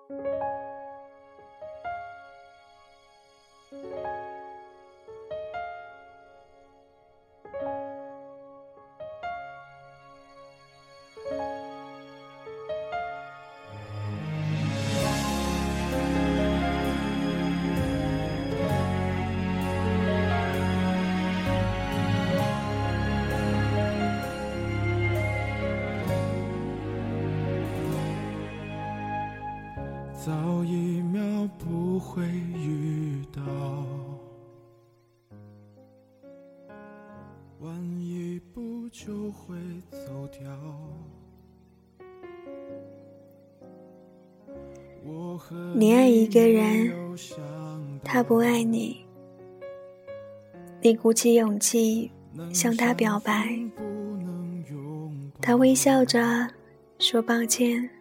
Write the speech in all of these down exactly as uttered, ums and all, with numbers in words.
早一秒不会遇到，晚一步就会走掉。 你爱一个人，他不爱你，你鼓起勇气向他表白，他微笑着说抱歉。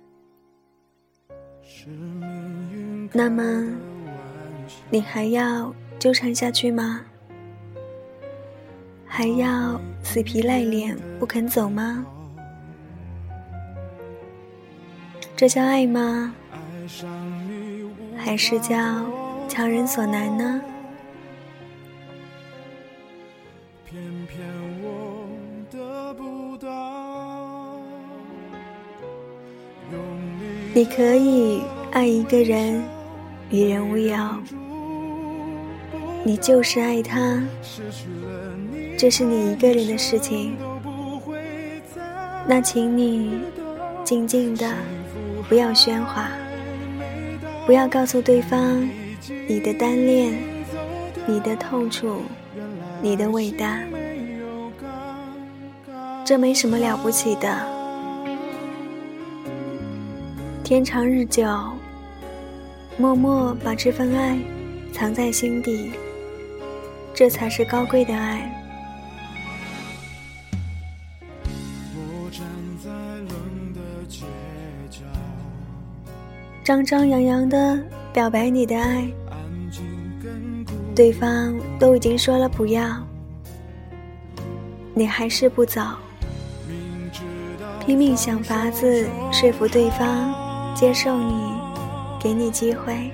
那么你还要纠缠下去吗？还要死皮赖脸不肯走吗？这叫爱吗？还是叫强人所难呢？ 偏偏我得不到， 你可以爱一个人，与人无尤，你就是爱他，这是你一个人的事情。那请你静静的，不要喧哗，不要告诉对方你的单恋，你的痛楚，你的伟大，这没什么了不起的。天长日久，默默把这份爱藏在心底，这才是高贵的爱。 我站在冷的街角， 张张扬扬地表白你的爱，对方都已经说了不要，你还是不走，拼命想法子说服对方接受你，给你机会，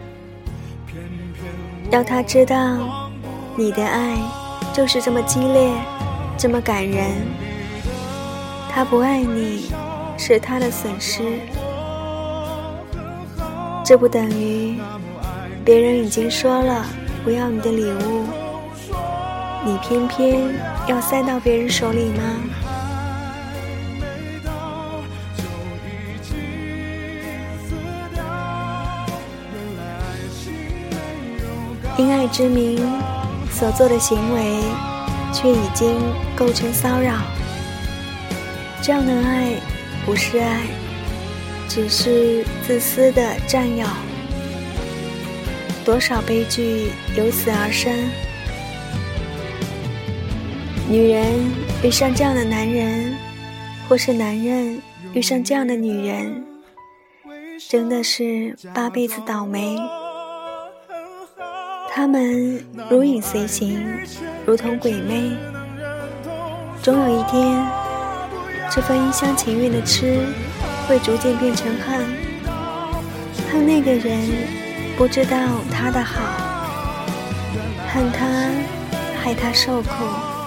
让他知道你的爱就是这么激烈，这么感人。他不爱你是他的损失，这不等于别人已经说了不要你的礼物，你偏偏要塞到别人手里吗？因爱之名所做的行为却已经构成骚扰，这样的爱不是爱，只是自私的占有。多少悲剧由此而生。女人遇上这样的男人，或是男人遇上这样的女人，真的是八辈子倒霉。他们如影随形，如同鬼魅，终有一天，这份一厢情愿的痴会逐渐变成恨，恨那个人不知道他的好，恨他害他受苦。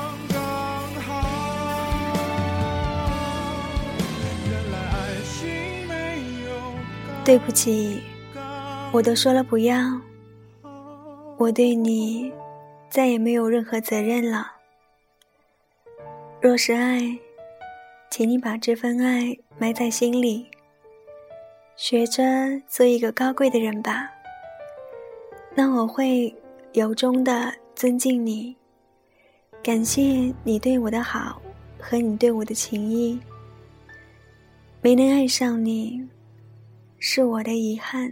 对不起，我都说了不要，我对你再也没有任何责任了。若是爱，请你把这份爱埋在心里，学着做一个高贵的人吧。那我会由衷的尊敬你，感谢你对我的好和你对我的情谊。没能爱上你，是我的遗憾。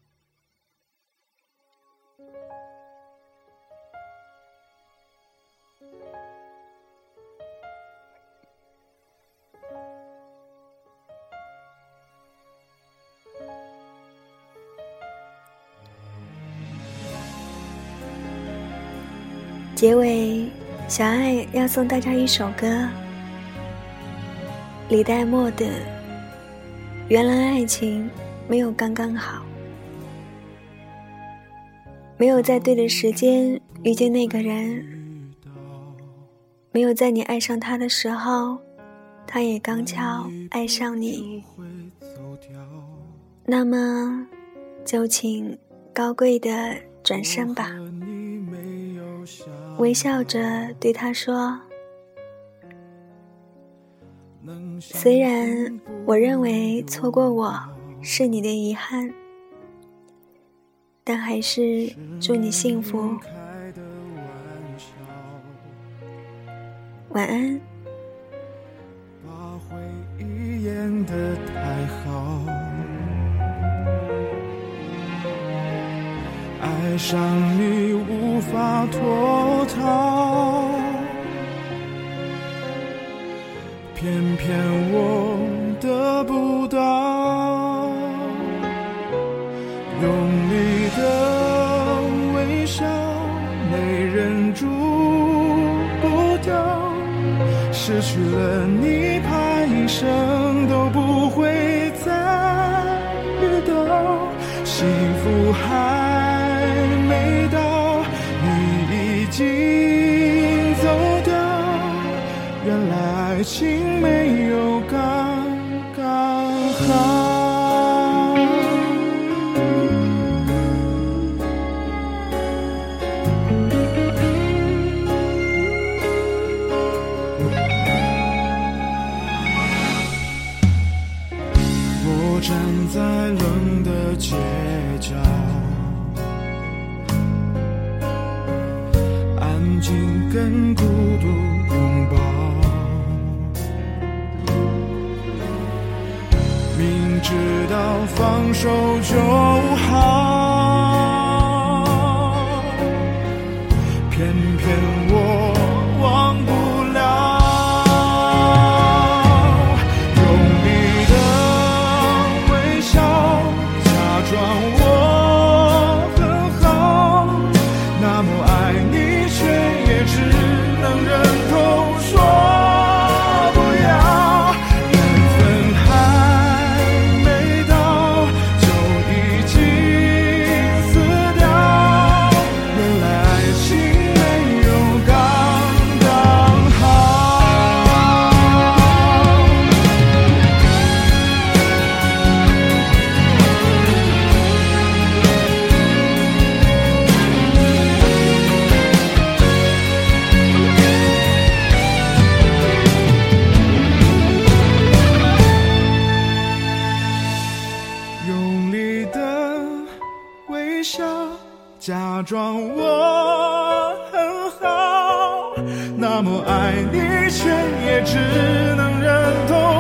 结尾，小爱要送大家一首歌，李代沫的《原来爱情没有刚刚好》。 没有在对的时间遇见那个人，没有在你爱上他的时候，他也刚巧爱上你，那么就请高贵的转身吧，微笑着对他说，虽然我认为错过我是你的遗憾，但还是祝你幸福，晚安。 把回忆演得太好，爱上你无法脱逃，偏偏我得不到，用力的微笑没忍住不掉，失去了你怕一生都不会再遇到，幸福还没到，你已经走掉，原来爱情没有刚刚好。我站在冷的街角，安静跟孤独拥抱，明知道放手就好，偏偏我忘不了，假装我很好，那么爱你却也只能忍痛